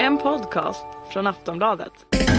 En podcast från Aftonbladet.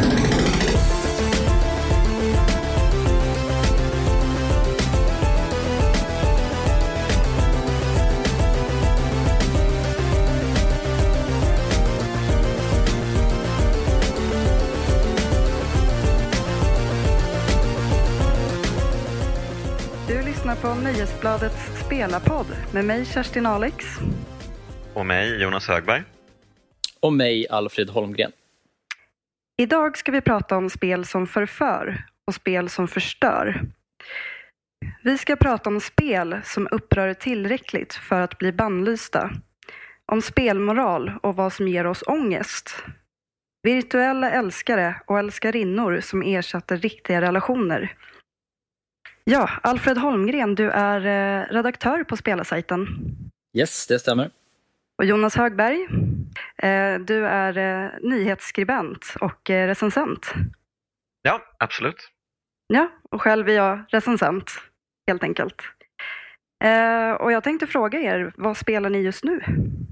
Du lyssnar på Nöjesbladets spelarpodd med mig Kerstin Alex. Och mig Jonas Högberg. Och mig Alfred Holmgren. Idag ska vi prata om spel som förför och spel som förstör. Vi ska prata om spel som upprör tillräckligt för att bli bannlysta. Om spelmoral och vad som ger oss ångest. Virtuella älskare och älskarinnor som ersatte riktiga relationer. Ja, Alfred Holmgren, du är redaktör på spelarsajten. Yes, det stämmer. Och Jonas Högberg, du är nyhetsskribent och recensent. Ja, absolut. Ja, och själv är jag recensent, helt enkelt. Och jag tänkte fråga er, vad spelar ni just nu?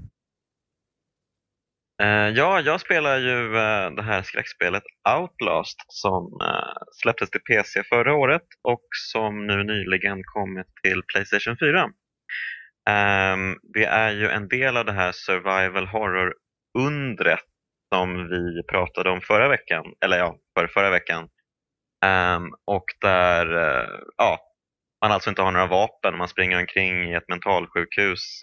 Ja, jag spelar ju det här skräckspelet Outlast som släpptes till PC förra året och som nu nyligen kommit till PlayStation 4. Det är ju en del av det här survival horror-undret som vi pratade om förra veckan, eller ja, förra veckan. Och där man alltså inte har några vapen, man springer omkring i ett mentalsjukhus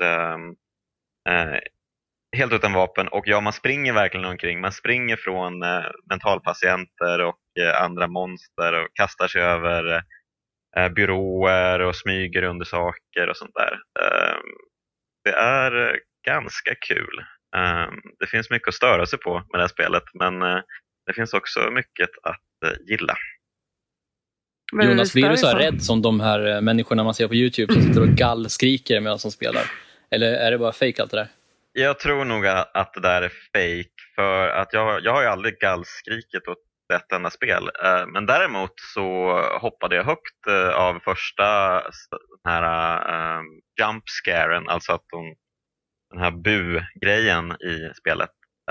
helt utan vapen. Och ja, man springer verkligen omkring, man springer från mentalpatienter och andra monster och kastar sig över byråer och smyger under saker och sånt där. Det är ganska kul. Det finns mycket att störa sig på med det här spelet, men det finns också mycket att gilla. Jonas, blir du så här rädd som de här människorna man ser på YouTube som sitter och gallskriker medan de spelar? Eller är det bara fake allt det där? Jag tror nog att det där är fake, för att jag har ju aldrig gallskrikit åt ett enda spel. Men däremot så hoppade jag högt av första här jump scaren, alltså att den här bu-grejen i spelet.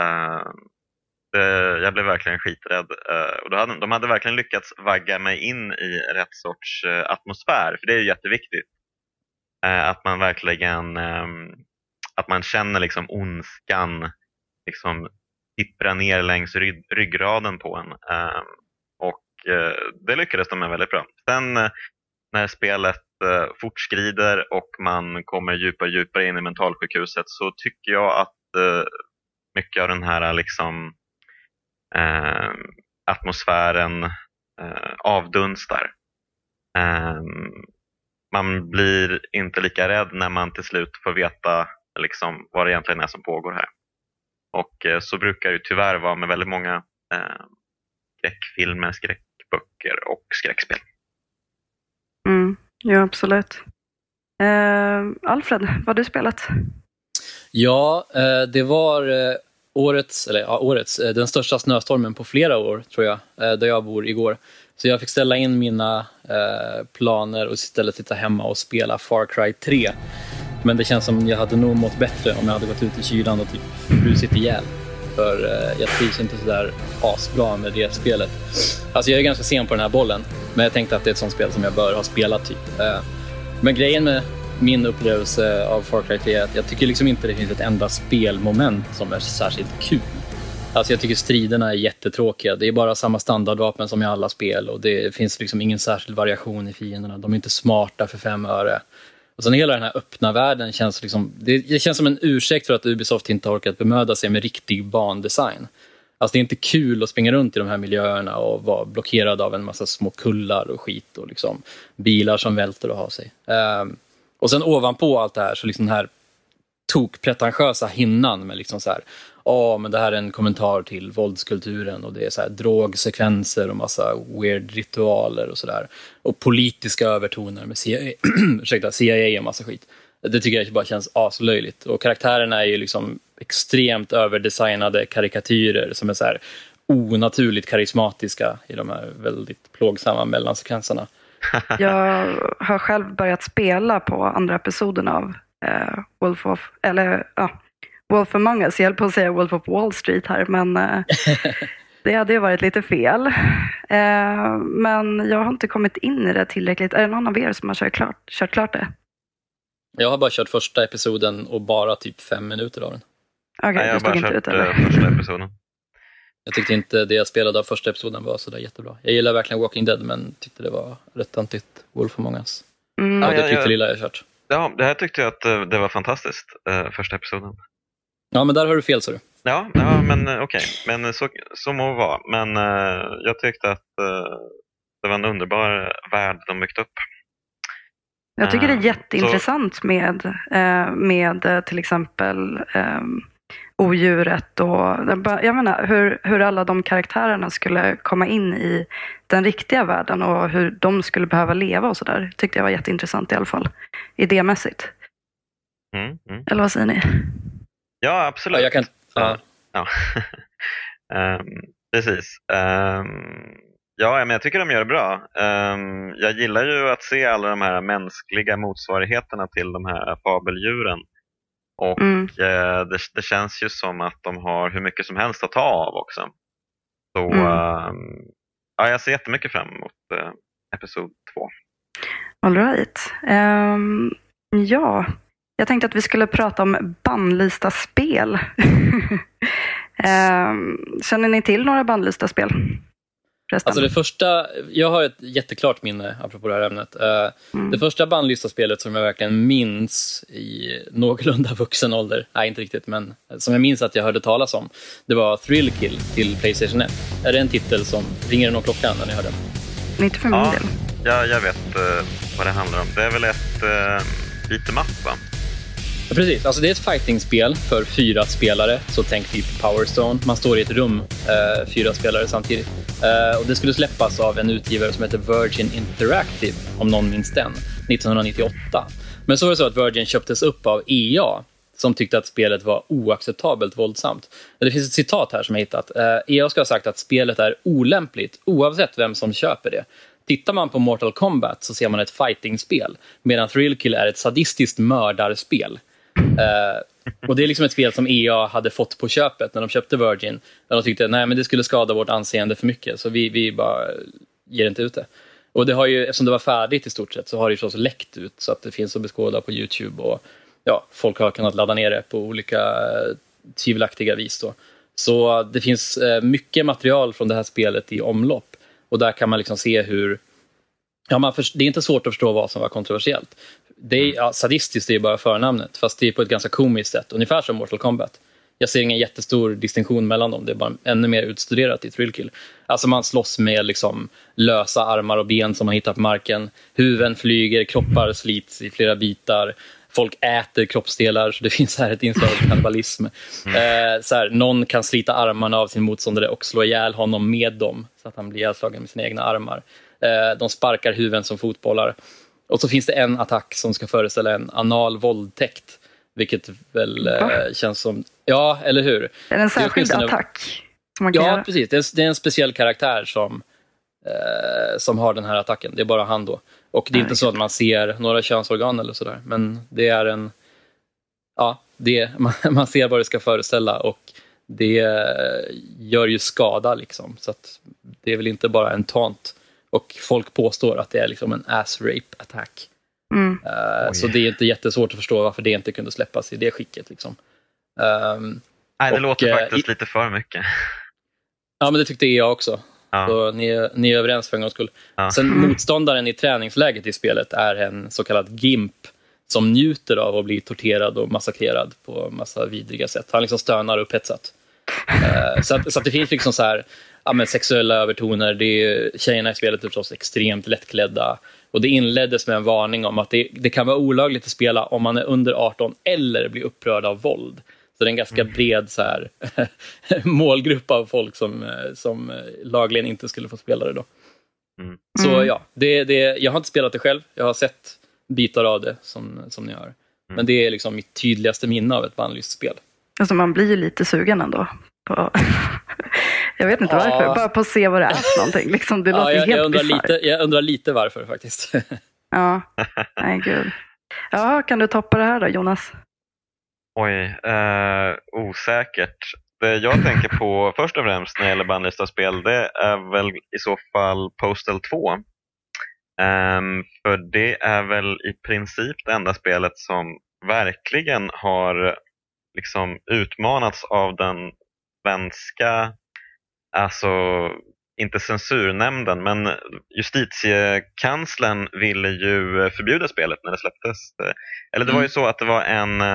Jag blev verkligen skiträdd. Och de hade verkligen lyckats vagga mig in i rätt sorts atmosfär, för det är ju jätteviktigt. Att man verkligen att man känner liksom ondskan liksom tippra ner längs ryggraden på en. Och det lyckades de med väldigt bra. Sen när spelet fortskrider och man kommer djupare och djupare in i mentalsjukhuset, så tycker jag att mycket av den här liksom atmosfären avdunstar. Man blir inte lika rädd när man till slut får veta liksom vad det egentligen är som pågår här. Och så brukar det ju tyvärr vara med väldigt många skräckfilmer, skräckböcker och skräckspel. Ja, absolut. Alfred, vad har du spelat? Ja, det var årets den största snöstormen på flera år, tror jag, där jag bor igår. Så jag fick ställa in mina planer och istället sitta hemma och spela Far Cry 3. Men det känns som jag hade nog mått bättre om jag hade gått ut i kylan och typ frusit ihjäl. För jag trivs inte så där asbra med det spelet. Alltså jag är ganska sen på den här bollen, men jag tänkte att det är ett sånt spel som jag bör ha spelat typ. Men grejen med min upplevelse av Far Cry 3 är att jag tycker liksom inte det finns ett enda spelmoment som är särskilt kul. Alltså jag tycker striderna är jättetråkiga. Det är bara samma standardvapen som i alla spel, och det finns liksom ingen särskild variation i fienderna. De är inte smarta för 5 öre. Och sen hela den här öppna världen känns liksom, det känns som en ursäkt för att Ubisoft inte har orkat bemöda sig med riktig bandesign. Alltså det är inte kul att springa runt i de här miljöerna och vara blockerad av en massa små kullar och skit och liksom bilar som välter och har sig. Och sen ovanpå allt det här så liksom den här tokpretentiösa hinnan med liksom så här, men det här är en kommentar till våldskulturen och det är så här drogsekvenser och massa weird ritualer och sådär. Och politiska övertoner med CIA och massa skit. Det tycker jag bara känns aslöjligt. Och karaktärerna är ju liksom extremt överdesignade karikatyrer som är så här onaturligt karismatiska i de här väldigt plågsamma mellansekvenserna. Jag har själv börjat spela på andra episoden av Wolf Among Us. Jag höll på att säga Wolf of Wall Street här, men det hade ju varit lite fel. Men jag har inte kommit in i det tillräckligt. Är det någon av er som har kört klart det? Jag har bara kört första episoden och bara typ 5 minuter av den. Okej, Nej, jag har du stod bara inte ut, kört eller? första episoden. Jag tyckte inte det jag spelade av första episoden var så där jättebra. Jag gillar verkligen Walking Dead, men tyckte det var rätt antigt Wolf Among Us. Mm. Ja, det tyckte lilla jag kört. Ja, det här tyckte jag att det var fantastiskt, första episoden. Ja, men där har du fel, så du. Ja, men okej. Men så må det vara. Men jag tyckte att det var en underbar värld de byggt upp. Jag tycker det är jätteintressant med till exempel odjuret och jag menar hur alla de karaktärerna skulle komma in i den riktiga världen och hur de skulle behöva leva och sådär. Tyckte jag var jätteintressant i alla fall, idémässigt. Eller vad säger ni? Ja, absolut. Ja, jag kan... Ja. Precis. Ja, men jag tycker de gör det bra. Jag gillar ju att se alla de här mänskliga motsvarigheterna till de här fabeldjuren. Och det känns ju som att de har hur mycket som helst att ta av också. Så ja, jag ser jättemycket fram emot episod 2. All right. Ja, jag tänkte att vi skulle prata om bannlysta spel. Känner ni till några bannlysta spel? Alltså det första, jag har ett jätteklart minne apropå det här ämnet. Det första bannlysta spelet som jag verkligen minns i någorlunda vuxen ålder, nej inte riktigt, men som jag minns att jag hörde talas om, det var Thrill Kill till PlayStation 1. Är det en titel som ringer någon klockan när ni hör den? Inte för min del. Ja, jag vet vad det handlar om. Det är väl ett beat'em up, va? Ja, precis, alltså det är ett fightingspel för 4 spelare, så tänk typ Power Stone. Man står i ett rum, 4 spelare samtidigt. Och det skulle släppas av en utgivare som heter Virgin Interactive, om någon minns den, 1998. Men så var det så att Virgin köptes upp av EA, som tyckte att spelet var oacceptabelt våldsamt. Det finns ett citat här som jag hittat. EA ska ha sagt att spelet är olämpligt oavsett vem som köper det. Tittar man på Mortal Kombat så ser man ett fightingspel, medan Thrill Kill är ett sadistiskt mördarspel. Och det är liksom ett spel som EA hade fått på köpet när de köpte Virgin. När de tyckte nej, men det skulle skada vårt anseende för mycket, så vi bara ger inte ut det. Och det har ju, eftersom det var färdigt i stort sett, så har det ju förstås läckt ut så att det finns att beskåda på YouTube. Och ja, folk har kunnat ladda ner det på olika tvivelaktiga vis då. Så det finns mycket material från det här spelet i omlopp. Och där kan man liksom se hur... Ja, det är inte svårt att förstå vad som var kontroversiellt. Det är, sadistiskt är bara förnamnet, fast det är på ett ganska komiskt sätt. Ungefär som Mortal Kombat. Jag ser ingen jättestor distinktion mellan dem. Det är bara ännu mer utstuderat i Thrill Kill. Alltså man slåss med liksom lösa armar och ben som man hittar på marken. Huvuden flyger, kroppar slits i flera bitar. Folk äter kroppsdelar, så det finns här ett inslag av kannibalism. Så här, någon kan slita armarna av sin motståndare och slå ihjäl honom med dem, så att han blir ihjälslagen med sina egna armar. De sparkar huvuden som fotbollar. Och så finns det en attack som ska föreställa en anal våldtäkt, vilket väl känns som... Ja, eller hur? Är det en särskild attack som man kan göra? Precis. Det är en speciell karaktär som har den här attacken. Det är bara han då. Och det är inte så att man ser några könsorgan eller sådär. Men det är en... Ja, man ser vad det ska föreställa. Och det gör ju skada liksom. Så att det är väl inte bara en taunt. Och folk påstår att det är liksom en ass-rape-attack. Så det är inte jättesvårt att förstå varför det inte kunde släppas i det skicket. Liksom. Nej, det låter faktiskt lite för mycket. Ja, men det tyckte jag också. Ja. Så ni är överens för en gångs skull. Ja. Sen motståndaren i träningsläget i spelet är en så kallad gimp som njuter av att bli torterad och massakrerad på massa vidriga sätt. Han liksom stönar upphetsat. Så att det finns liksom så här... Ja, men sexuella övertoner. Tjejerna i spelet är förstås extement lättklädda. Och det inleddes med en varning om att det kan vara olagligt att spela om man är under 18 eller blir upprörd av våld. Så det är en ganska bred så här, målgrupp av folk som lagligen inte skulle få spela det då. Så ja, jag har inte spelat det själv. Jag har sett bitar av det som ni har. Men det är liksom mitt tydligaste minne av ett bannlyst spel. Alltså man blir ju lite sugen ändå på... Jag vet inte varför, bara på att se vad det är för någonting. Liksom, det låter helt bizarrt. Jag undrar lite varför faktiskt. Ja, nej gud. Ja, kan du toppa det här då, Jonas? Osäkert. Det jag tänker på först och främst när det gäller bannlysta spel, det är väl i så fall Postal 2. För det är väl i princip det enda spelet som verkligen har liksom utmanats av den svenska, alltså inte censurnämnden, men justitiekanslern ville ju förbjuda spelet när det släpptes. Eller det var ju så att det var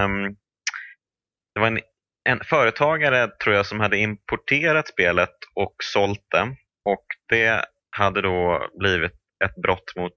en företagare, tror jag, som hade importerat spelet och sålt det. Och det hade då blivit ett brott mot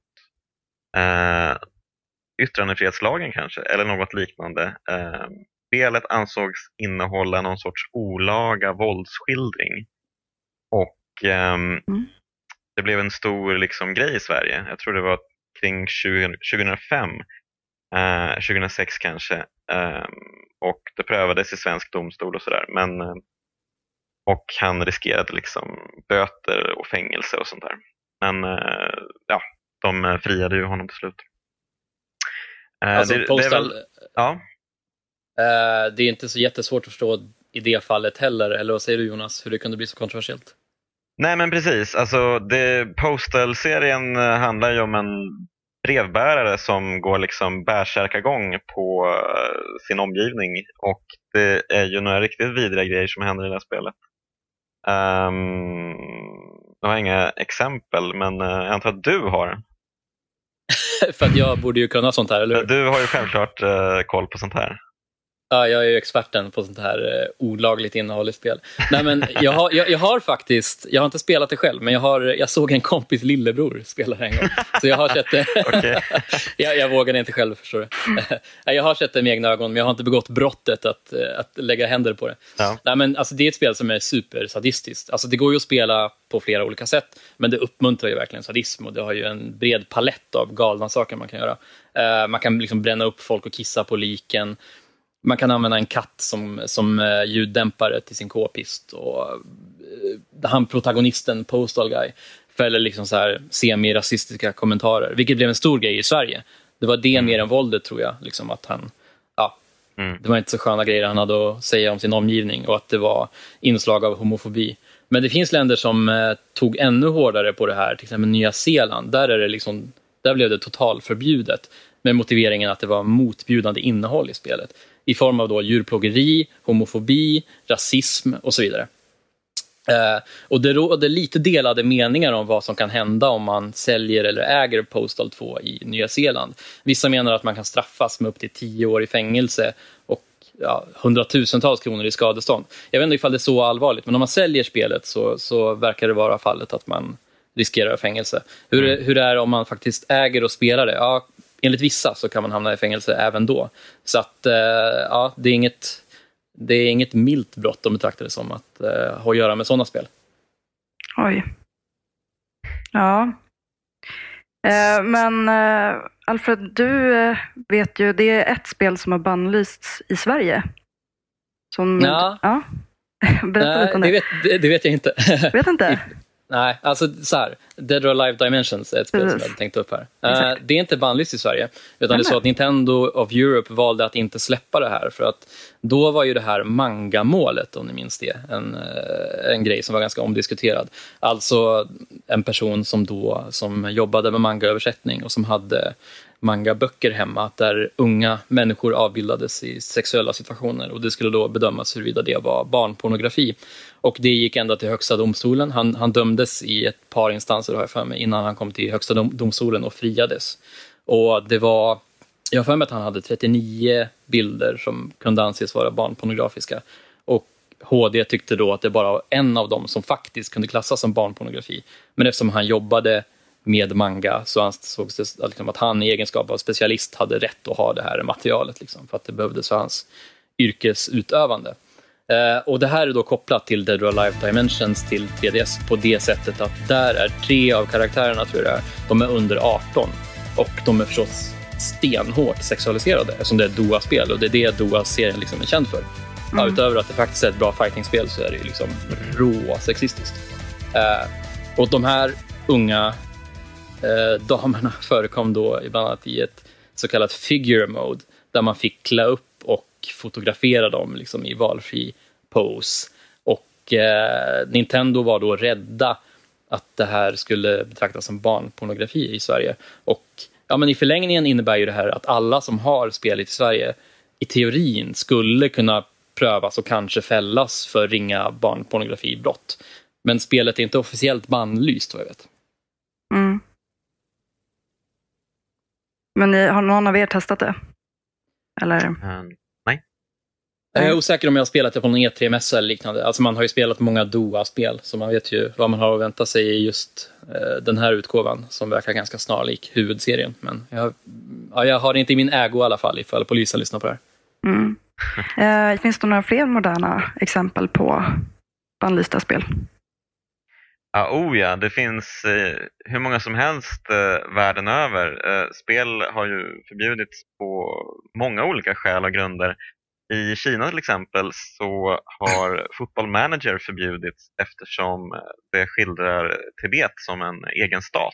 yttrandefrihetslagen kanske, eller något liknande. Spelet ansågs innehålla någon sorts olaga våldsskildring. Och det blev en stor liksom grej i Sverige. Jag tror det var kring 2005, 2006 kanske. Och det prövades i svensk domstol och sådär. Och han riskerade liksom böter och fängelse och sånt där. Men ja, de friade ju honom till slut. Alltså Postal, det är väl, ja. Det är inte så jättesvårt att förstå i det fallet heller. Eller vad säger du, Jonas, hur det kunde bli så kontroversiellt? Nej, men precis. Alltså, Postal-serien handlar ju om en brevbärare som går liksom bärsärkagång på sin omgivning. Och det är ju några riktigt vidriga grejer som händer i det här spelet. Jag har inga exempel, men jag antar att du har. För att jag borde ju kunna sånt här, eller hur? Du har ju självklart koll på sånt här. Ja, jag är ju experten på sånt här olagligt innehåll i spel. Nej, men jag har faktiskt, jag har inte spelat det själv, men jag såg en kompis lillebror spela det en gång. Så jag har sett det. Okay. jag vågade inte själv, förstår du. Jag har sett det med egna ögon, men jag har inte begått brottet att lägga händer på det. Ja. Nej, men alltså, det är ett spel som är supersadistiskt. Alltså, det går ju att spela på flera olika sätt, men det uppmuntrar ju verkligen sadism, och det har ju en bred palett av galna saker man kan göra. Man kan liksom bränna upp folk och kissa på liken. Man kan använda en katt som ljuddämpare till sin k-pist, och han protagonisten Postal Guy fäller liksom så här semi-rasistiska kommentarer, vilket blev en stor grej i Sverige. Det var det mer än våldet, tror jag, liksom att han det var inte så sköna grejer han hade att säga om sin omgivning, och att det var inslag av homofobi. Men det finns länder som tog ännu hårdare på det här, till exempel Nya Zeeland. Där blev det totalförbjudet med motiveringen att det var motbjudande innehåll i spelet, i form av då djurplågeri, homofobi, rasism och så vidare. Och det råder lite delade meningar om vad som kan hända om man säljer eller äger Postal 2 i Nya Zeeland. Vissa menar att man kan straffas med upp till 10 år i fängelse och hundratusentals kronor i skadestånd. Jag vet inte ifall det är så allvarligt, men om man säljer spelet så verkar det vara fallet att man riskerar fängelse. Hur är det om man faktiskt äger och spelar det? Ja, enligt vissa så kan man hamna i fängelse även då. Så att det är inget milt brott de betraktar det som att ha att göra med sådana spel. Oj. Ja. Men Alfred, du vet ju, det är ett spel som har bannlysts i Sverige. Ja. Berätta lite om det. Det vet jag inte. Vet inte? Nej, alltså så här, Dead or Alive Dimensions är ett spel som jag hade tänkt upp här. Det är inte bannlyst i Sverige, utan det är så att Nintendo of Europe valde att inte släppa det här, för att då var ju det här manga-målet, om ni minns det, en grej som var ganska omdiskuterad. Alltså en person som jobbade med manga-översättning och som hade manga-böcker hemma där unga människor avbildades i sexuella situationer, och det skulle då bedömas huruvida det var barnpornografi. Och det gick ända till högsta domstolen. Han dömdes i ett par instanser, har jag för mig, innan han kom till högsta domstolen och friades. Och det var, jag har för mig att han hade 39 bilder som kunde anses vara barnpornografiska. Och HD tyckte då att det bara var en av dem som faktiskt kunde klassas som barnpornografi. Men eftersom han jobbade med manga så ansågs det liksom att han i egenskap av specialist hade rätt att ha det här materialet, liksom, för att det behövdes för hans yrkesutövande. Och det här är då kopplat till Dead or Alive Dimensions till 3DS på det sättet att där är 3 av karaktärerna, tror jag, de är under 18, och de är förstås stenhårt sexualiserade eftersom det är ett Doa-spel, och det är det Doa-serien liksom är känd för. Utöver att det faktiskt är ett bra fighting-spel så är det ju liksom rå sexistiskt. Och de här unga damerna förekom då bland annat i ett så kallat figure mode, där man fick klä upp och fotografera dem liksom i valfri pose. Och Nintendo var då rädda att det här skulle betraktas som barnpornografi i Sverige. Och men i förlängningen innebär ju det här att alla som har spelat i Sverige i teorin skulle kunna prövas och kanske fällas för ringa barnpornografibrott. Men spelet är inte officiellt bannlyst, vad jag vet. Mm. Men har någon av er testat det? Eller? Nej. Jag är osäker om jag har spelat det på någon E3-mässa eller liknande. Alltså man har ju spelat många Doa-spel, så man vet ju vad man har att vänta sig i just den här utgåvan som verkar ganska snarlik huvudserien. Men jag har det inte i min ägo i alla fall, ifall polisen lyssnar på det här. Finns det några fler moderna exempel på bannlysta spel? Ja, det finns hur många som helst världen över. Spel har ju förbjudits på många olika skäl och grunder. I Kina till exempel så har Football Manager förbjudits eftersom det skildrar Tibet som en egen stat.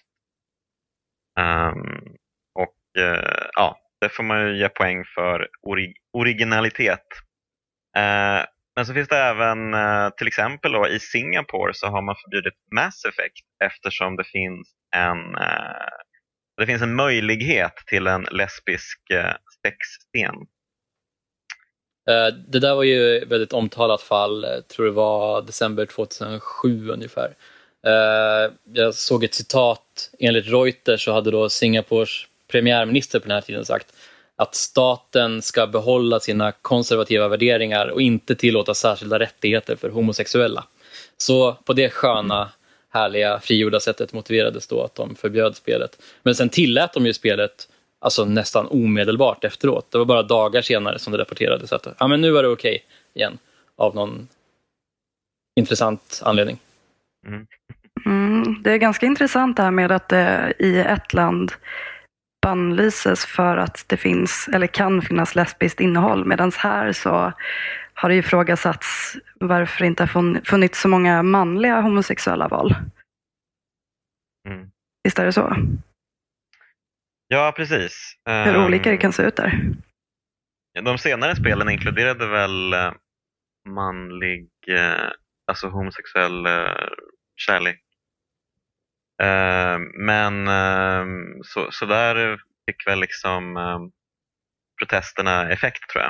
Det får man ju ge poäng för originalitet. Men så finns det även till exempel då, i Singapore så har man förbjudit Mass Effect eftersom det finns en möjlighet till en lesbisk sexscen. Det där var ju ett väldigt omtalat fall, tror det var december 2007 ungefär. Jag såg ett citat, enligt Reuters så hade då Singapores premiärminister på den här tiden sagt att staten ska behålla sina konservativa värderingar och inte tillåta särskilda rättigheter för homosexuella. Så på det sköna, härliga, frigjorda sättet motiverades då att de förbjöd spelet. Men sen tillät de ju spelet alltså nästan omedelbart efteråt. Det var bara dagar senare som det rapporterades att men nu är det okej igen av någon intressant anledning. Det är ganska intressant det här med att det i ett land bannlyses för att det finns eller kan finnas lesbiskt innehåll, medan här så har det ju ifrågasatts varför det inte har funnits så många manliga homosexuella val. Visst är det så? Ja, precis. Hur olika det kan se ut där. De senare spelen inkluderade väl manlig, alltså homosexuell kärlek. Men så där fick väl liksom protesterna effekt, tror jag.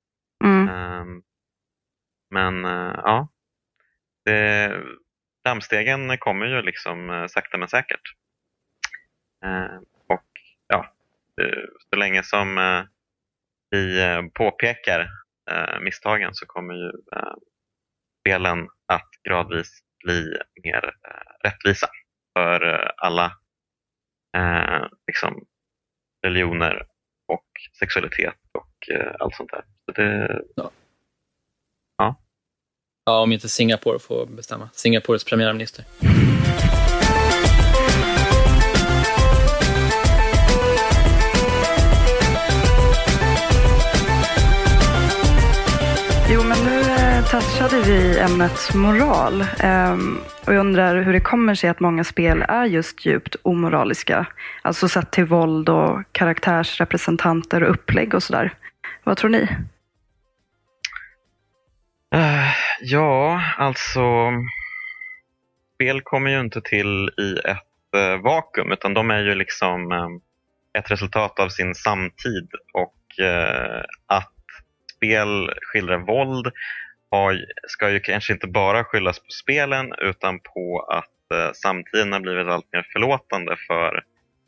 Men framstegen kommer ju liksom sakta men säkert. Och så länge som vi påpekar misstagen så kommer ju spelen att gradvis bli mer rättvisa för alla liksom religioner och sexualitet och allt sånt där. Så det, Ja, om inte Singapore får bestämma. Singapores premiärminister. Jo, men nu touchade vi ämnet moral. Och jag undrar hur det kommer sig att många spel är just djupt omoraliska. Alltså sett till våld och karaktärsrepresentanter och upplägg och sådär. Vad tror ni? Ja, alltså spel kommer ju inte till i ett vakuum, utan de är ju liksom ett resultat av sin samtid, och att spel skildrar våld ska ju kanske inte bara skyllas på spelen utan på att samtiden har blivit allt mer förlåtande för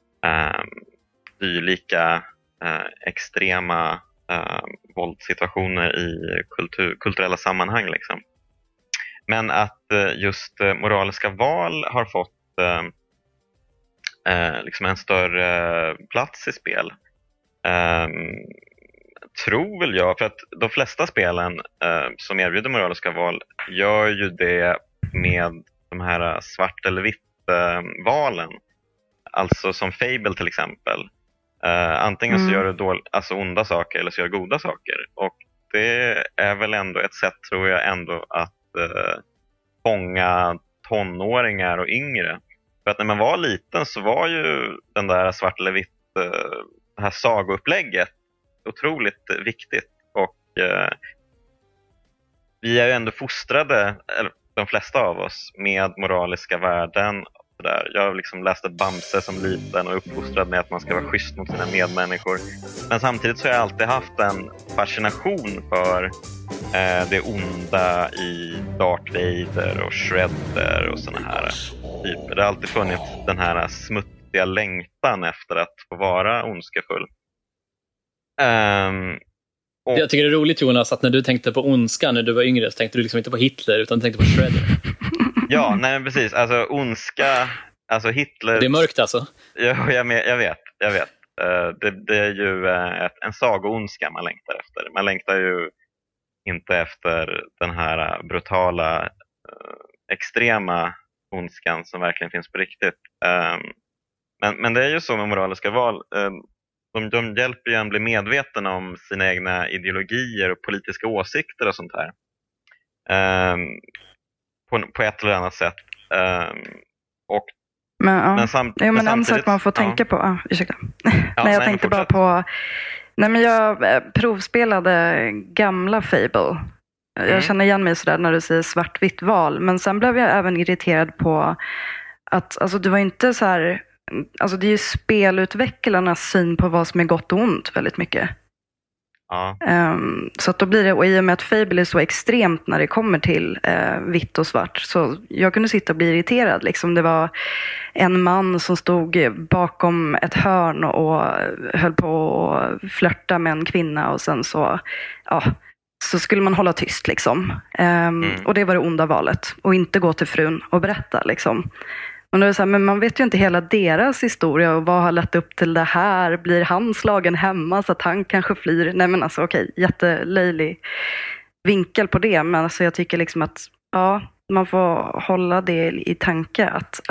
dylika extrema våldssituationer i kulturella sammanhang liksom. Men att just moraliska val har fått liksom en större plats i spel tror väl jag, för att de flesta spelen som erbjuder moraliska val gör ju det med de här svart eller vitt valen, alltså som Fable till exempel. Antingen så gör du alltså onda saker eller så gör du goda saker, och det är väl ändå ett sätt, tror jag, ändå att fånga tonåringar och yngre. För att när man var liten så var ju den där svart eller vitt, det här sagoupplägget otroligt viktigt, och vi är ju ändå fostrade, eller de flesta av oss, med moraliska värden. Där. Jag liksom läste Bamse som liten och uppfostrad med att man ska vara schysst mot sina medmänniskor. Men samtidigt så har jag alltid haft en fascination för det onda i Darth Vader och Shredder och såna här typer. Det har alltid funnits den här smutsiga längtan efter att få vara ondskefull. Jag tycker det är roligt, Jonas, att när du tänkte på ondska när du var yngre så tänkte du liksom inte på Hitler utan du tänkte på Shredder. Ja, nej men precis. Alltså ondska, alltså Hitler... Det är mörkt alltså. Ja, jag vet. Det är ju en sagoondska man längtar efter. Man längtar ju inte efter den här brutala, extrema ondskan som verkligen finns på riktigt. Men det är ju så med moraliska val. De hjälper ju en bli medveten om sina egna ideologier och politiska åsikter och sånt här. På ett eller annat sätt. Men en sak man får tänka på. Ursäkta. Jag tänkte bara på... Nej, men jag provspelade gamla Fable. Jag känner igen mig sådär när du säger svartvitt val. Men sen blev jag även irriterad på att alltså, det var inte så här... Alltså det är ju spelutvecklarnas syn på vad som är gott och ont väldigt mycket. Ja. Så att då blir det, och i och med att Fable är så extremt när det kommer till vitt och svart, så jag kunde sitta och bli irriterad. Liksom. Det var en man som stod bakom ett hörn och höll på att flirta med en kvinna och sen så skulle man hålla tyst liksom. Och det var det onda valet, och inte gå till frun och berätta liksom. Men, då är det så här, men man vet ju inte hela deras historia och vad har lett upp till det här. Blir han slagen hemma så att han kanske flyr? Nej men alltså okej, jättelöjlig vinkel på det. Men alltså jag tycker liksom att man får hålla det i tanke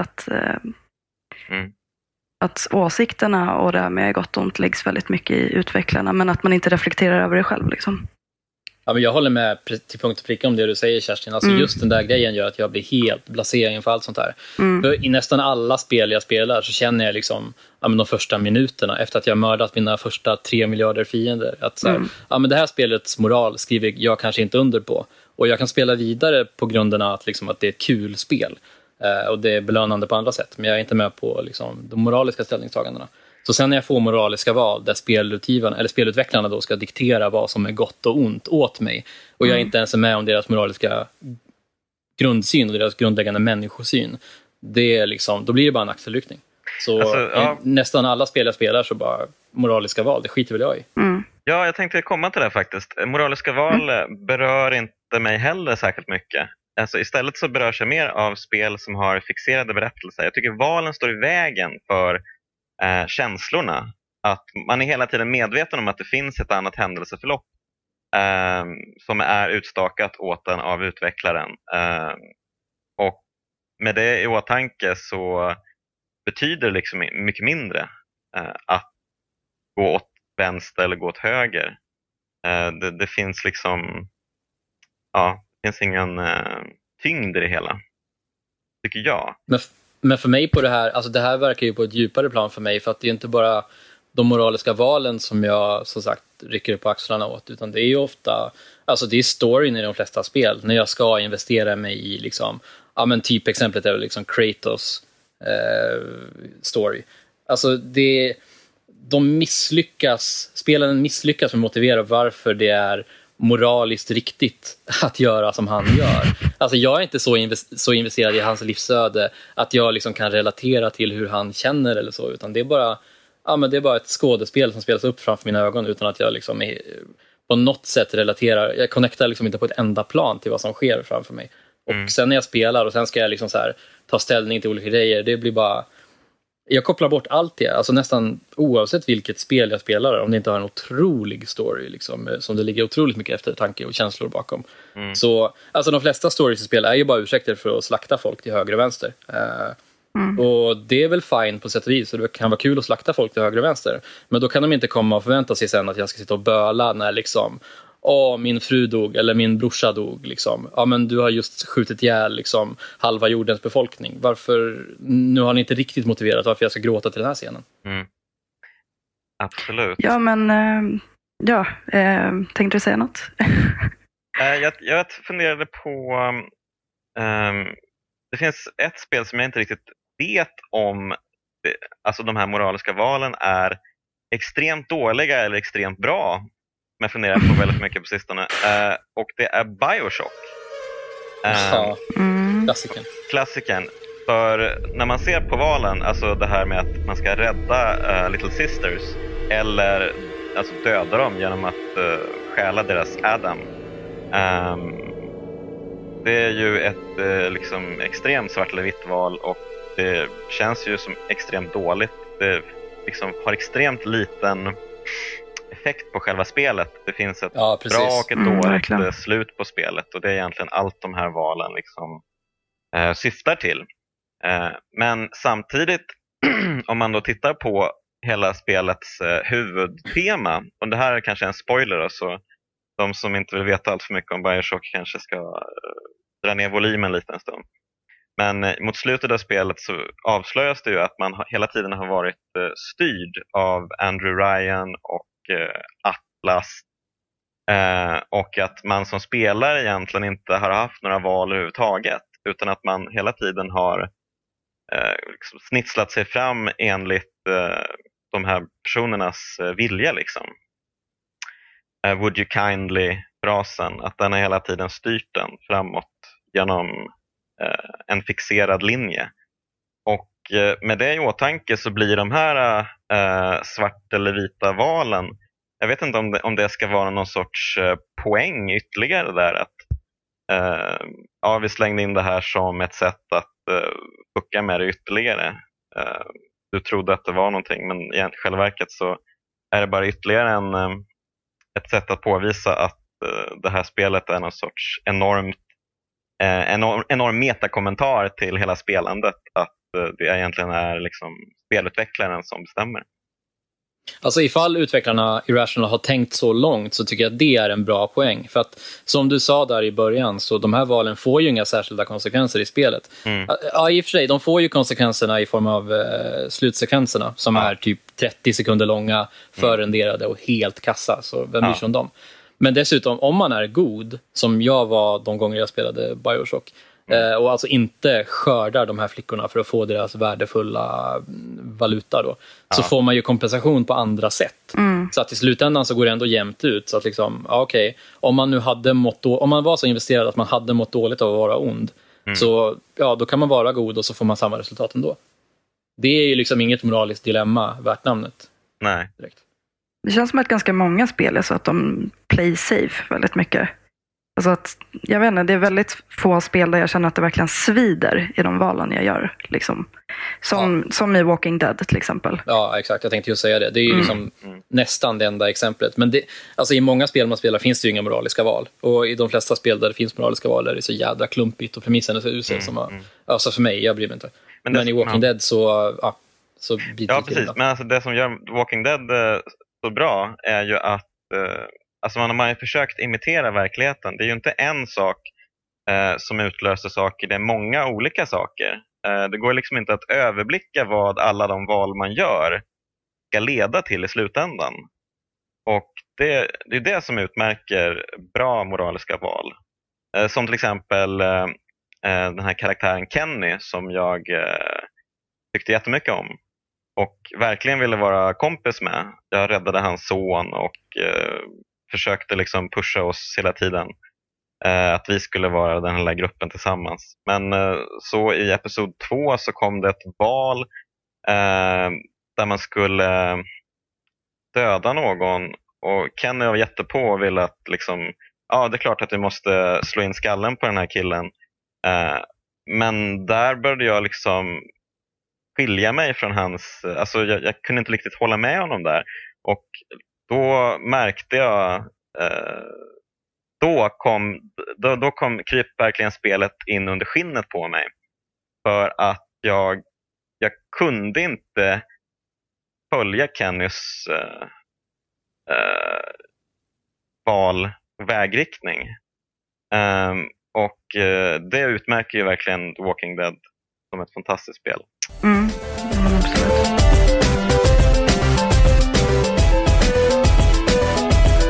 att åsikterna och det här med gott och ont läggs väldigt mycket i utvecklarna. Men att man inte reflekterar över det själv liksom. Ja, men jag håller med till punkt och pricka om det du säger, Kerstin. Alltså just den där grejen gör att jag blir helt blasé inför allt sånt här. För i nästan alla spel jag spelar så känner jag liksom de första minuterna efter att jag mördat mina första 3 miljarder fiender att så här, men det här spelets moral skriver jag kanske inte under på. Och jag kan spela vidare på grunden att, liksom, att det är ett kul spel. Och det är belönande på andra sätt. Men jag är inte med på liksom, de moraliska ställningstagandena. Så sen när jag får moraliska val där spelutvecklarna då ska diktera vad som är gott och ont åt mig och jag inte ens är med om deras moraliska grundsyn och deras grundläggande människosyn, det är liksom, då blir det bara en axelryckning. Så nästan alla spel jag spelar så bara moraliska val, det skiter väl jag i. Ja, jag tänkte komma till det faktiskt. Moraliska val berör inte mig heller särskilt mycket. Alltså, istället så berörs jag mer av spel som har fixerade berättelser. Jag tycker valen står i vägen för känslorna. Att man är hela tiden medveten om att det finns ett annat händelseförlopp som är utstakat åt en av utvecklaren. Och med det i åtanke så betyder det liksom mycket mindre att gå åt vänster eller gå åt höger. Det finns liksom det finns ingen tyngd i det hela, tycker jag. Men för mig på det här, alltså det här verkar ju på ett djupare plan för mig, för att det är inte bara de moraliska valen som jag som sagt rycker på axlarna åt, utan det är ju ofta, alltså det är storyn i de flesta spel när jag ska investera mig i liksom, typ exemplet är liksom Kratos story. Alltså spelen misslyckas med att motivera varför det är moraliskt riktigt att göra som han gör. Alltså jag är inte så investerad i hans livsöde att jag liksom kan relatera till hur han känner eller så, utan det är bara ett skådespel som spelas upp framför mina ögon utan att jag liksom på något sätt relaterar. Jag connectar liksom inte på ett enda plan till vad som sker framför mig. Och sen när jag spelar och sen ska jag liksom så här ta ställning till olika grejer, det blir bara, jag kopplar bort allt det, alltså nästan oavsett vilket spel jag spelar, om det inte har en otrolig story liksom, som det ligger otroligt mycket eftertanke och känslor bakom. Så alltså de flesta stories i spel är ju bara ursäkter för att slakta folk till höger och vänster. Och det är väl fine på sätt och vis, så det kan vara kul att slakta folk till höger och vänster, men då kan de inte komma och förvänta sig sen att jag ska sitta och böla när liksom min fru dog eller min brorsa dog liksom. Men du har just skjutit ihjäl liksom halva jordens befolkning. Varför, nu har ni inte riktigt motiverat varför jag ska gråta till den här scenen. Absolut. Ja, men Ja, tänkte du säga något? Jag funderade på... det finns ett spel som jag inte riktigt vet om alltså de här moraliska valen är extremt dåliga eller extremt bra. Som jag funderar på väldigt mycket på sistone. Och det är Bioshock. Klassikern. För när man ser på valen, alltså det här med att man ska rädda Little Sisters eller alltså döda dem genom att stjäla deras Adam. Det är ju ett liksom extremt svart eller vitt val och det känns ju som extremt dåligt. Det liksom har extremt liten effekt på själva spelet. Det finns ett bra och ett dåligt slut på spelet och det är egentligen allt de här valen liksom syftar till. Men samtidigt om man då tittar på hela spelets huvudtema, och det här är kanske en spoiler då, så de som inte vill veta allt för mycket om Bioshock kanske ska dra ner volymen lite en stund. Men mot slutet av spelet så avslöjas det ju att man hela tiden har varit styrd av Andrew Ryan och Atlas. Och att man som spelare egentligen inte har haft några val överhuvudtaget. Utan att man hela tiden har liksom snitslat sig fram enligt de här personernas vilja liksom. Would you kindly-frasen, att den har hela tiden styrt den framåt genom en fixerad linje. Och med det i åtanke så blir de här svart eller vita valen, jag vet inte om det ska vara någon sorts poäng ytterligare där, att vi slängde in det här som ett sätt att fucka med det ytterligare. Du trodde att det var någonting, men i själva verket så är det bara ytterligare ett sätt att påvisa att det här spelet är någon sorts enorm metakommentar till hela spelandet, att det egentligen är liksom spelutvecklaren som bestämmer. Alltså ifall utvecklarna Irrational har tänkt så långt så tycker jag att det är en bra poäng. För att som du sa där i början, så de här valen får ju inga särskilda konsekvenser i spelet. Ja, i och för sig, de får ju konsekvenserna i form av slutsekvenserna som är typ 30 sekunder långa, förrenderade och helt kassa. Så vem bryr sig om dem? Men dessutom, om man är god, som jag var de gånger jag spelade Bioshock, och alltså inte skördar de här flickorna för att få deras värdefulla valuta då, så får man ju kompensation på andra sätt. Så att i slutändan så går det ändå jämnt ut, så att liksom, om man nu hade om man var så investerad att man hade mått dåligt av att vara ond, så då kan man vara god och så får man samma resultat ändå. Det är ju liksom inget moraliskt dilemma värt namnet. Nej. Direkt. Det känns som att ganska många spel är så att de play safe väldigt mycket. Alltså att, jag vet inte, det är väldigt få spel där jag känner att det verkligen svider i de valen jag gör. Liksom. Som i Walking Dead till exempel. Ja, exakt. Jag tänkte ju säga det. Det är ju liksom nästan det enda exemplet. Men alltså i många spel man spelar finns det ju inga moraliska val. Och i de flesta spel där det finns moraliska val är det så jädra klumpigt och premissen är så usel alltså för mig, jag bryr mig inte. Men i Walking Dead så blir det precis. Men alltså det som gör Walking Dead så bra är ju att alltså man har ju försökt imitera verkligheten. Det är ju inte en sak som utlöser saker, det är många olika saker. Det går liksom inte att överblicka vad alla de val man gör ska leda till i slutändan. Och det är det som utmärker bra moraliska val. Som till exempel den här karaktären Kenny som jag tyckte jättemycket om. Och verkligen ville vara kompis med. Jag räddade hans son och försökte liksom pusha oss hela tiden. Att vi skulle vara den här gruppen tillsammans. Men så i episod 2 så kom det ett val där man skulle döda någon. Och Kenny var jättepå och ville att liksom, det är klart att vi måste slå in skallen på den här killen. Men där började jag liksom skilja mig från hans, alltså jag kunde inte riktigt hålla med honom där. Och då märkte jag då kom kryp verkligen spelet in under skinnet på mig. För att jag kunde inte följa Kennys val och vägriktning. Och det utmärker ju verkligen Walking Dead som ett fantastiskt spel. Absolut.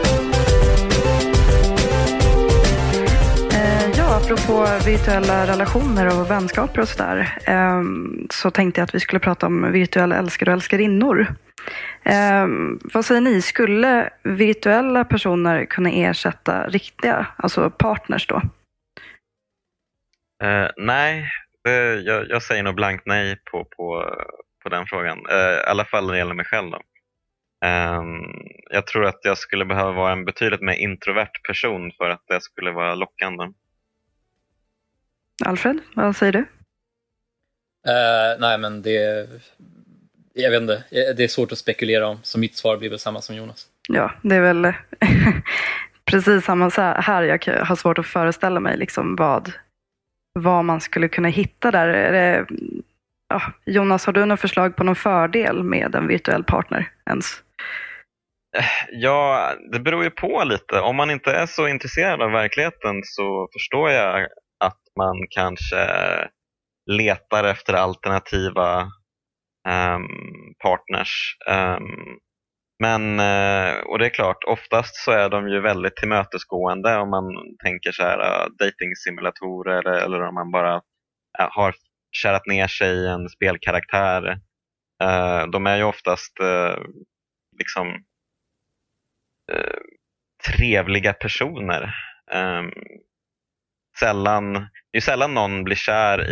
apropå virtuella relationer och vänskaper och sådär, så tänkte jag att vi skulle prata om virtuella älskare och älskarinnor. Vad säger ni? Skulle virtuella personer kunna ersätta riktiga, alltså partners då? Nej, jag säger nog blankt nej på den frågan. I alla fall när det gäller mig själv då. Jag tror att jag skulle behöva vara en betydligt mer introvert person för att det skulle vara lockande. Alfred, vad säger du? Nej, men jag vet inte. Det är svårt att spekulera om, så mitt svar blir väl samma som Jonas. Ja, det är väl precis samma så här. Jag har svårt att föreställa mig liksom vad man skulle kunna hitta där. Jonas, har du något förslag på någon fördel med en virtuell partner ens? Ja, det beror ju på lite. Om man inte är så intresserad av verkligheten så förstår jag att man kanske letar efter alternativa partners. Och det är klart, oftast så är de ju väldigt tillmötesgående om man tänker så här dating-simulatorer eller om man bara har kärat ner sig i en spelkaraktär. De är ju oftast trevliga personer. Det är sällan någon blir kär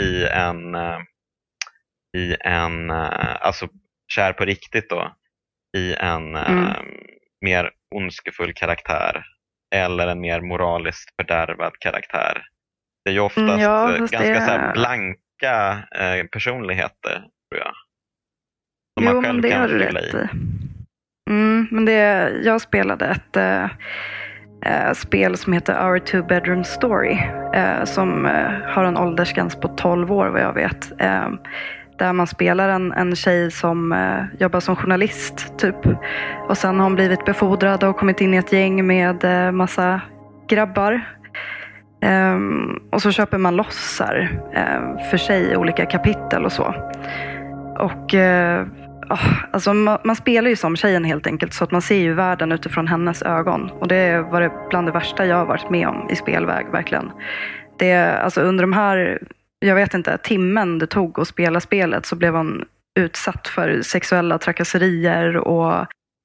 alltså kär på riktigt då, i en mer ondskefull karaktär eller en mer moraliskt fördärvad karaktär. Det är ju oftast ganska så här blanka personligheter, tror jag. Som man själv kan fylla i. Men jag spelade ett spel som heter Our Two Bedroom Story, som har en åldersgräns på 12 år vad jag vet. Där man spelar en tjej som jobbar som journalist typ. Och sen har hon blivit befordrad och kommit in i ett gäng med massa grabbar. Och så köper man lossar för sig i olika kapitel och så. Och alltså man spelar ju som tjejen helt enkelt, så att man ser ju världen utifrån hennes ögon. Och det var bland det värsta jag har varit med om i spelväg, verkligen. Alltså under de här, jag vet inte, timmen det tog att spela spelet så blev hon utsatt för sexuella trakasserier och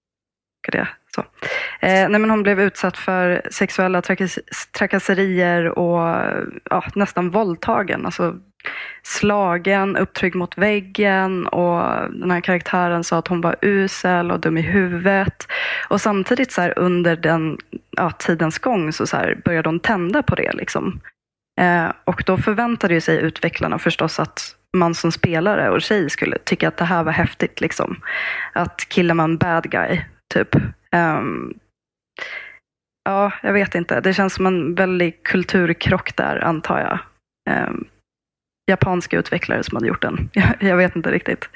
men hon blev utsatt för sexuella trakasserier och nästan våldtagen, alltså slagen, upptryckt mot väggen, och den här karaktären sa att hon var usel och dum i huvudet. Och samtidigt så här, under den tidens gång så här, började hon tända på det liksom. Och då förväntade ju sig utvecklarna förstås att man som spelare och tjej skulle tycka att det här var häftigt liksom. Att killar man bad guy typ. Jag vet inte. Det känns som en väldigt kulturkrock där, antar jag. Japanska utvecklare som hade gjort den. Jag vet inte riktigt.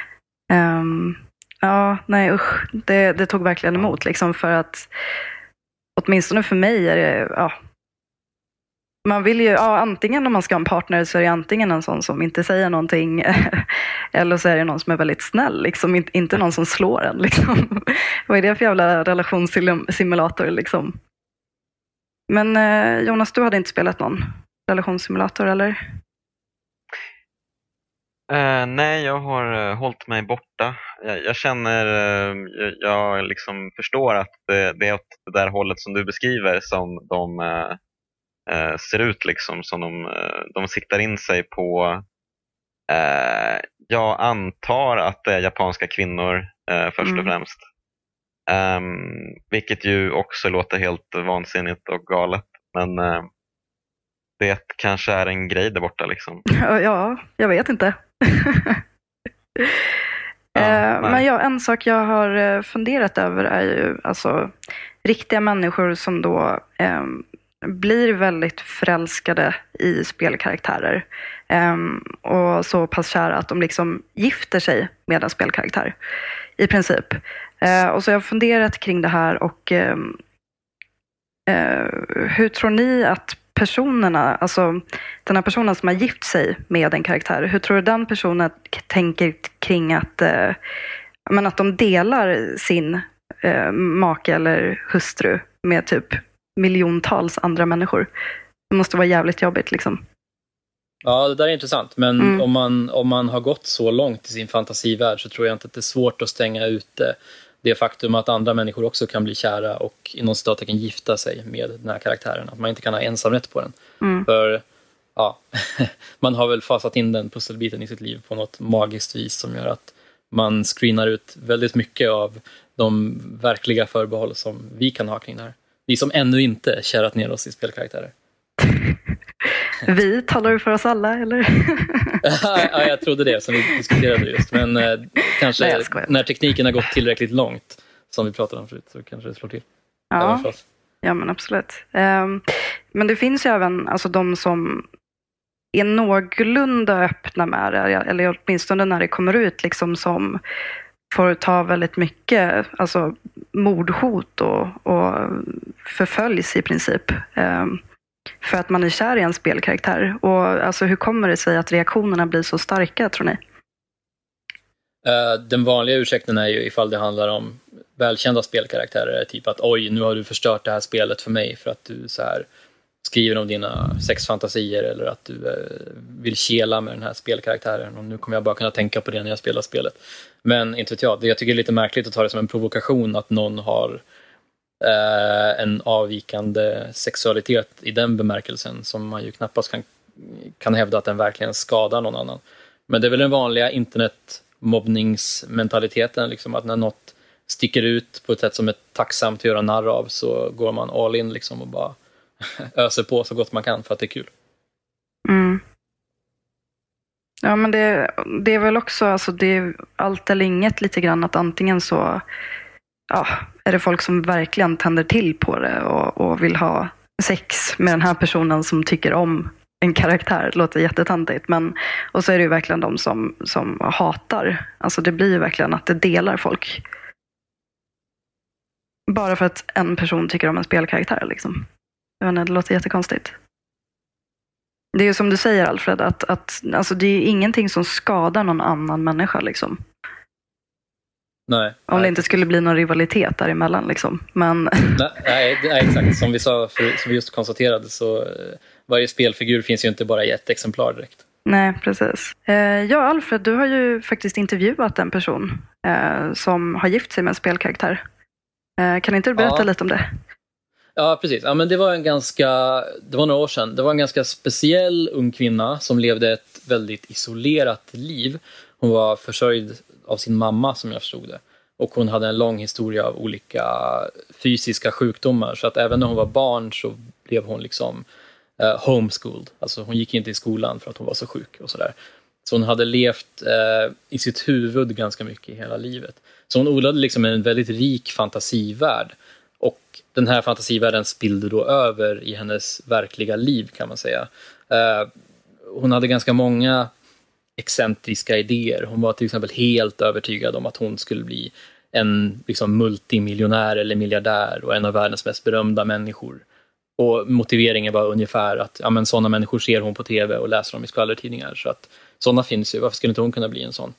Nej usch. Det tog verkligen emot liksom, för att åtminstone för mig är det man vill ju, antingen om man ska ha en partner så är det antingen en sån som inte säger någonting eller så är det någon som är väldigt snäll liksom, inte någon som slår en liksom. Vad är det för jävla relationssimulator liksom? Men Jonas, du hade inte spelat någon relationssimulator eller? Nej, jag har hållit mig borta. Jag känner, jag liksom förstår att det är åt det där hållet som du beskriver som de ser ut liksom, som de siktar in sig på. Jag antar att det är japanska kvinnor först och främst. Vilket ju också låter helt vansinnigt och galet. Men det kanske är en grej där borta liksom. Ja, jag vet inte. Men en sak jag har funderat över är ju alltså riktiga människor som då blir väldigt förälskade i spelkaraktärer och så pass kära att de liksom gifter sig med en spelkaraktär i princip. Och så har jag funderat kring det här och hur tror ni att personerna, alltså den här personen som har gift sig med en karaktär, hur tror du den personen tänker kring att de delar sin make eller hustru med typ miljontals andra människor? Det måste vara jävligt jobbigt liksom. Ja, det där är intressant. Men om man har gått så långt i sin fantasivärld så tror jag inte att det är svårt att stänga ute det faktum att andra människor också kan bli kära och inom citattecken gifta sig med den här karaktären. Att man inte kan ha ensamrätt på den. För ja, man har väl fasat in den pusselbiten i sitt liv på något magiskt vis som gör att man screenar ut väldigt mycket av de verkliga förbehåll som vi kan ha kring det här. Vi som ännu inte kärat ner oss i spelkaraktärer. Vi talar för oss alla, eller? Ja, jag trodde det som vi diskuterade just. Men kanske Nej, när tekniken har gått tillräckligt långt, som vi pratade om förut, så kanske det slår till. Ja, men absolut. Men det finns ju även alltså, de som är någorlunda öppna med det, eller åtminstone när det kommer ut, liksom, som får ta väldigt mycket alltså, mordhot och förföljs i princip. För att man är kär i en spelkaraktär. Och alltså, hur kommer det sig att reaktionerna blir så starka, tror ni? Den vanliga ursäkten är ju ifall det handlar om välkända spelkaraktärer. Typ att oj, nu har du förstört det här spelet för mig för att du så här skriver om dina sexfantasier eller att du vill kela med den här spelkaraktären och nu kommer jag bara kunna tänka på det när jag spelar spelet. Men inte vet jag tycker det är lite märkligt att ta det som en provokation att någon har en avvikande sexualitet i den bemärkelsen som man ju knappast kan hävda att den verkligen skadar någon annan. Men det är väl den vanliga internetmobbningsmentaliteten, liksom, att när något sticker ut på ett sätt som är tacksamt att göra narr av så går man all in liksom, och bara öser på så gott man kan för att det är kul. Ja, men det är väl också alltså, det är allt eller inget lite grann, att antingen så är det folk som verkligen tänder till på det och vill ha sex med den här personen som tycker om en karaktär. Det låter jättetantigt, men och så är det ju verkligen de som hatar. Alltså det blir ju verkligen att det delar folk. Bara för att en person tycker om en spelkaraktär liksom. Jag vet inte, det låter jättekonstigt. Det är ju som du säger, Alfred, att alltså det är ingenting som skadar någon annan människa liksom. Nej. Om det inte skulle bli någon rivalitet däremellan liksom. Men nej, exakt. Som vi just konstaterade så varje spelfigur finns ju inte bara i ett exemplar direkt. Nej, precis. Ja, Alfred, du har ju faktiskt intervjuat en person som har gift sig med en spelkaraktär. Kan inte du berätta lite om det? Ja, precis. Ja, men det var några år sedan. Det var en ganska speciell ung kvinna som levde ett väldigt isolerat liv. Hon var försörjd av sin mamma, som jag förstod det. Och hon hade en lång historia av olika fysiska sjukdomar. Så att även när hon var barn så blev hon liksom homeschooled. Alltså hon gick inte i skolan för att hon var så sjuk och sådär. Så hon hade levt i sitt huvud ganska mycket i hela livet. Så hon odlade liksom en väldigt rik fantasivärld. Och den här fantasivärlden spillde då över i hennes verkliga liv, kan man säga. Hon hade ganska många excentriska idéer. Hon var till exempel helt övertygad om att hon skulle bli en liksom multimiljonär eller miljardär och en av världens mest berömda människor. Och motiveringen var ungefär att sådana människor ser hon på tv och läser dem i skvallertidningar. Så att sådana finns ju. Varför skulle inte hon kunna bli en sån?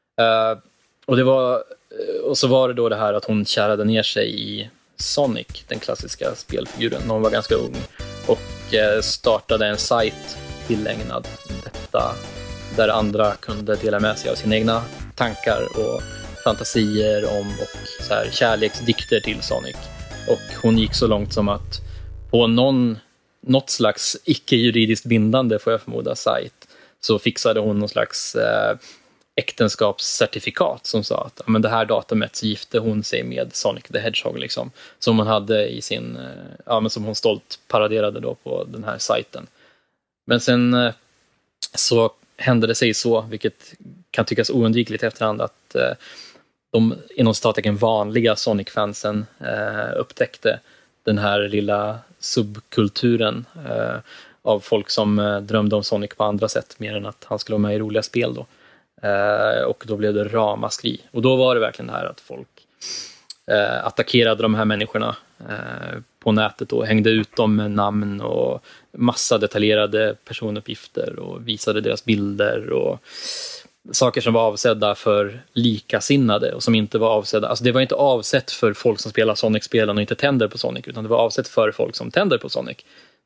Och så var det då det här att hon kärade ner sig i Sonic, den klassiska spelfiguren, när hon var ganska ung. Och startade en sajt tillägnad detta, där andra kunde dela med sig av sina egna tankar och fantasier om och så här, kärleksdikter till Sonic. Och hon gick så långt som att på något slags icke-juridiskt bindande, får jag förmoda, sajt, så fixade hon någon slags äktenskapscertifikat som sa att men det här datumet så gifte hon sig med Sonic the Hedgehog liksom, som hon hade i sin som hon stolt paraderade då på den här sajten. Men sen så hände det sig så, vilket kan tyckas oundvikligt i efterhand, att de inom citattecken vanliga Sonic-fansen upptäckte den här lilla subkulturen av folk som drömde om Sonic på andra sätt, mer än att han skulle vara med i roliga spel då. Och då blev det ramaskri. Och då var det verkligen det här att folk attackerade de här människorna på nätet och hängde ut dem med namn och massa detaljerade personuppgifter och visade deras bilder och saker som var avsedda för likasinnade och som inte var avsedda. Alltså det var inte avsett för folk som spelar Sonic-spelen och inte tänder på Sonic, utan det var avsett för folk som tänder på Sonic.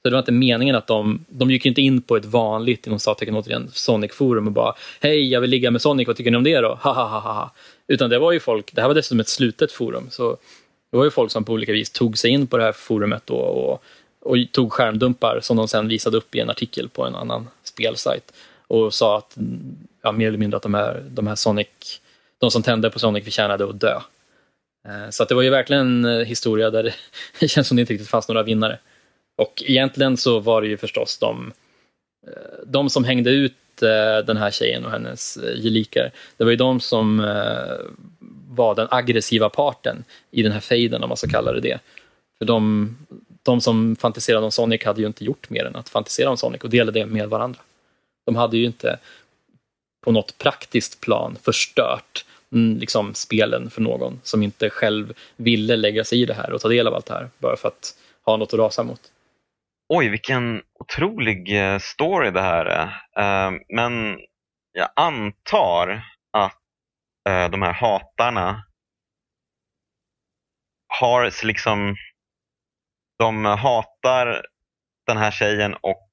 Så det var inte meningen att de gick inte in på ett vanligt, inom citattecken återigen, Sonic-forum och bara hej, jag vill ligga med Sonic, vad tycker ni om det då? Ha, ha, ha, ha. Utan det var ju folk, det här var dessutom ett slutet forum, så det var ju folk som på olika vis tog sig in på det här forumet då, och tog skärmdumpar som de sen visade upp i en artikel på en annan spelsajt och sa att mer eller mindre att de här Sonic, de som tände på Sonic förtjänade att dö. Så att det var ju verkligen en historia där det känns som det inte riktigt fanns några vinnare. Och egentligen så var det ju förstås de som hängde ut den här tjejen och hennes gelikar. Det var ju de som var den aggressiva parten i den här fejden, om man ska kalla det. För de som fantiserade om Sonic hade ju inte gjort mer än att fantisera om Sonic och delade det med varandra. De hade ju inte på något praktiskt plan förstört liksom spelen för någon som inte själv ville lägga sig i det här och ta del av allt det här bara för att ha något att rasa mot. Oj, vilken otrolig story det här är. Men jag antar att de här hatarna har liksom, de hatar den här tjejen och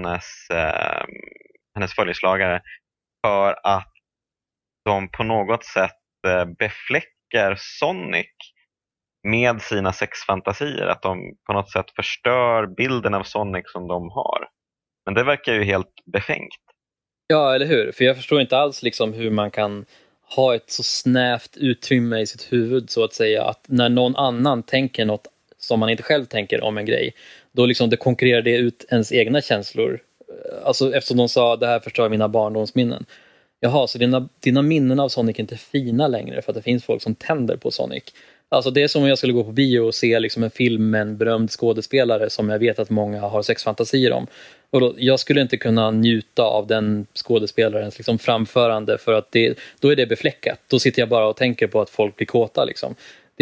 hennes följeslagare för att de på något sätt befläckar Sonic med sina sexfantasier. Att de på något sätt förstör bilden av Sonic som de har. Men det verkar ju helt befängt. Ja, eller hur? För jag förstår inte alls liksom hur man kan ha ett så snävt utrymme i sitt huvud, så att säga, att när någon annan tänker något som man inte själv tänker om en grej, då liksom det konkurrerar det ut ens egna känslor. Alltså eftersom de sa det här förstör mina barndomsminnen. Jaha, så dina minnen av Sonic är inte fina längre för att det finns folk som tänder på Sonic. Alltså det är som om jag skulle gå på bio och se liksom en film med en berömd skådespelare som jag vet att många har sexfantasier om. Och då, jag skulle inte kunna njuta av den skådespelarens liksom framförande för att då är det befläckat. Då sitter jag bara och tänker på att folk blir kåta liksom.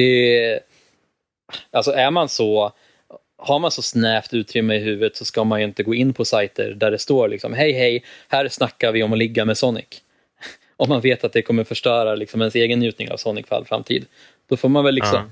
Alltså har man så snävt utrymme i huvudet så ska man ju inte gå in på sajter där det står liksom hej, här snackar vi om att ligga med Sonic. Om man vet att det kommer förstöra liksom ens egen njutning av Sonic för all framtid. Då får man väl liksom...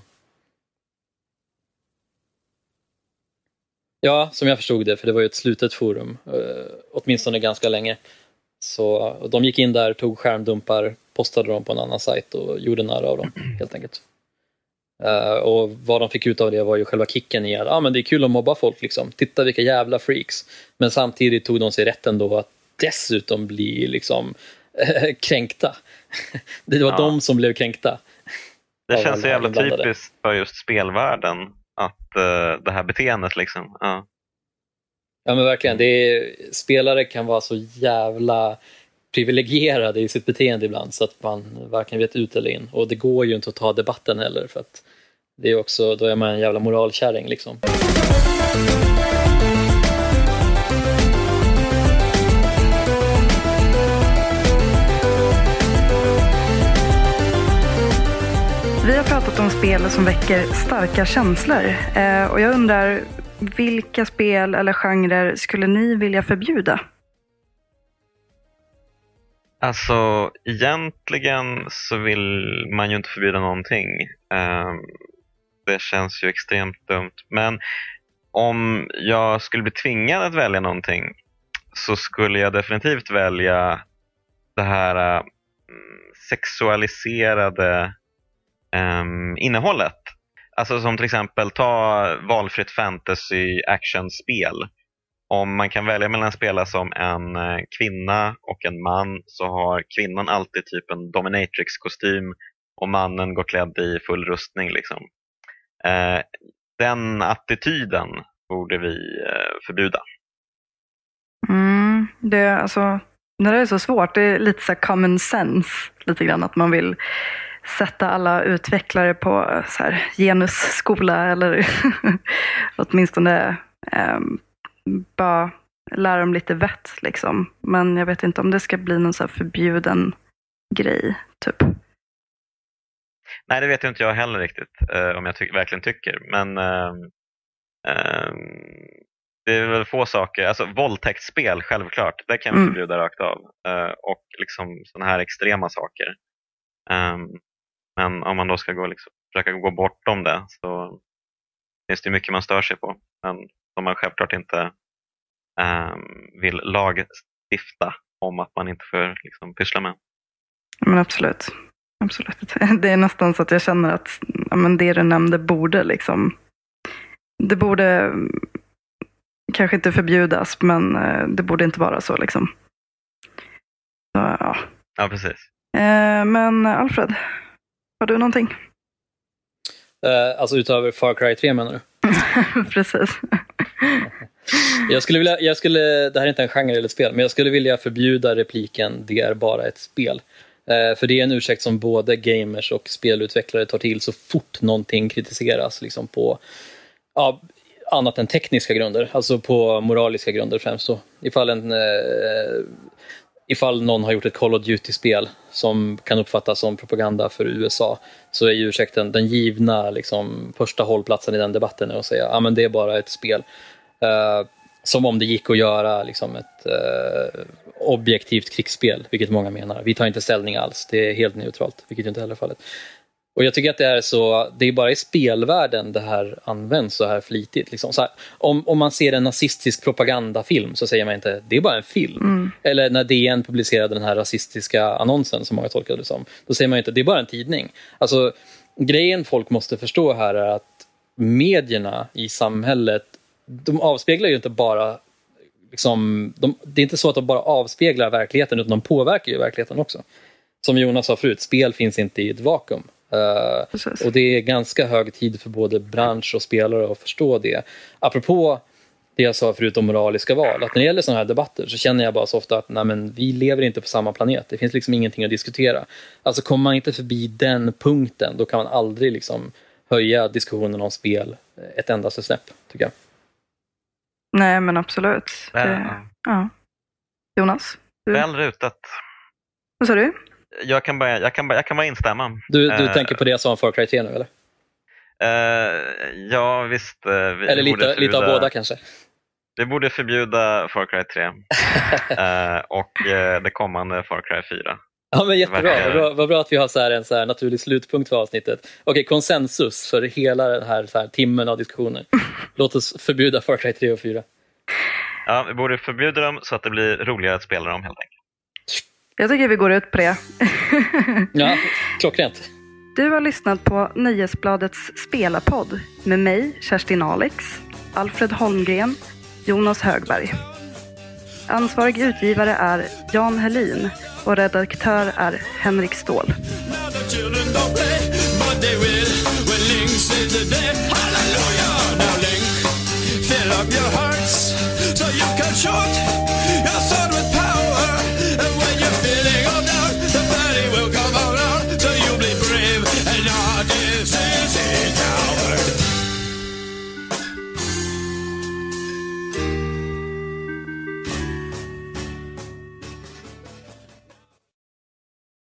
Ja, som jag förstod det, för det var ju ett slutet forum, åtminstone ganska länge. Så de gick in där, tog skärmdumpar, postade dem på en annan sajt och gjorde nära av dem, helt enkelt. Och vad de fick ut av det var ju själva kicken i att men det är kul att mobba folk liksom. Titta vilka jävla freaks. Men samtidigt tog de sig rätten då att dessutom bli liksom kränkta. Det var de som blev kränkta. Det känns så jävla typiskt för just spelvärlden att det här beteendet liksom. Ja men verkligen, spelare kan vara så jävla privilegierade i sitt beteende ibland så att man varken vet ut eller in. Och det går ju inte att ta debatten heller för att det är också, då är man en jävla moralkärring liksom. Vi har pratat om spel som väcker starka känslor och jag undrar, vilka spel eller genrer skulle ni vilja förbjuda? Alltså egentligen så vill man ju inte förbjuda någonting. Det känns ju extremt dumt. Men om jag skulle bli tvingad att välja någonting så skulle jag definitivt välja det här sexualiserade innehållet. Alltså som till exempel ta valfritt fantasy actionspel. Om man kan välja mellan att spela som en kvinna och en man så har kvinnan alltid typ en dominatrix-kostym och mannen går klädd i full rustning liksom. Den attityden borde vi förbjuda. Alltså, när det är så svårt, det är lite så common sense lite grann att man vill sätta alla utvecklare på så här genusskola eller åtminstone bara lära dem lite vett liksom. Men jag vet inte om det ska bli någon så här förbjuden grej typ. Nej, det vet inte jag heller riktigt om jag verkligen tycker. Men det är väl få saker. Alltså våldtäktsspel, självklart. Det kan vi förbjuda rakt av. Och liksom sådana här extrema saker. Men om man då ska försöka gå bortom det så finns det mycket man stör sig på. Men som man självklart inte vill lagstifta om att man inte får liksom pyssla med. Men absolut. Det är nästan så att jag känner att det du nämnde borde liksom, det borde kanske inte förbjudas, men det borde inte vara så liksom. Så, ja. Ja, precis. Men Alfred, har du någonting? Alltså utöver Far Cry 3 menar du? Precis. Det här är inte en genre eller ett spel, men jag skulle vilja förbjuda repliken "det är bara ett spel". För det är en ursäkt som både gamers och spelutvecklare tar till så fort någonting kritiseras liksom på annat än tekniska grunder, alltså på moraliska grunder främst då. Ifall någon har gjort ett Call of Duty-spel som kan uppfattas som propaganda för USA, så är ju ursäkten den givna liksom, första hållplatsen i den debatten och säga men det är bara ett spel. Som om det gick att göra liksom, ett objektivt krigsspel, vilket många menar. Vi tar inte ställning alls, det är helt neutralt, vilket inte heller är fallet. Och jag tycker att det är bara i spelvärlden det här används så här flitigt. Liksom. Så här, om man ser en nazistisk propagandafilm så säger man inte det är bara en film. Eller när DN publicerade den här rasistiska annonsen som många tolkade det som, då säger man inte det är bara en tidning. Alltså, grejen folk måste förstå här är att medierna i samhället, de avspeglar ju inte bara liksom, det är inte så att de bara avspeglar verkligheten, utan de påverkar ju verkligheten också. Som Jonas sa förut, spel finns inte i ett vakuum. Och det är ganska hög tid för både bransch och spelare att förstå det. Apropå det jag sa förut om moraliska val, att när det gäller sådana här debatter så känner jag bara så ofta att vi lever inte på samma planet. Det finns liksom ingenting att diskutera. Alltså kommer man inte förbi den punkten, då kan man aldrig liksom höja diskussionen om spel ett endaste snäpp, tycker jag. Nej, men absolut. Ja. Jonas? Väl rutat. Vad sa du? Jag kan bara instämma. Du tänker på det jag sa om Far Cry 3 nu, eller? Ja, visst. Eller lite av båda kanske. Vi borde förbjuda Far Cry 3 och det kommande Far Cry 4. Ja, men jättebra. Vad bra att vi har så här en naturlig slutpunkt för avsnittet. Okej, konsensus för hela den här, så här timmen av diskussioner. Låt oss förbjuda Far Cry 3 och 4. Ja, vi borde förbjuda dem så att det blir roligare att spela dem helt enkelt. Jag tycker vi går ut på det. Ja, klockrent. Du har lyssnat på Nöjesbladets spelarpodd med mig, Kerstin Alex, Alfred Holmgren, Jonas Högberg. Ansvarig utgivare är Jan Helin och redaktör är Henrik Ståhl.